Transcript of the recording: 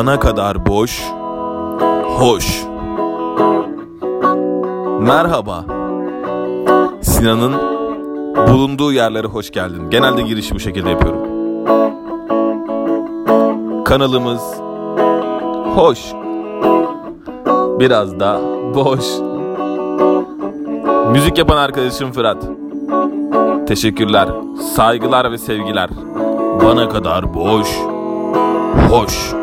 Bana kadar boş, hoş. Merhaba. Sinan'ın bulunduğu yerlere hoş geldin. Genelde girişi bu şekilde yapıyorum. Kanalımız hoş. Biraz da boş. Müzik yapan arkadaşım Fırat. Teşekkürler, saygılar ve sevgiler. Bana kadar boş, hoş.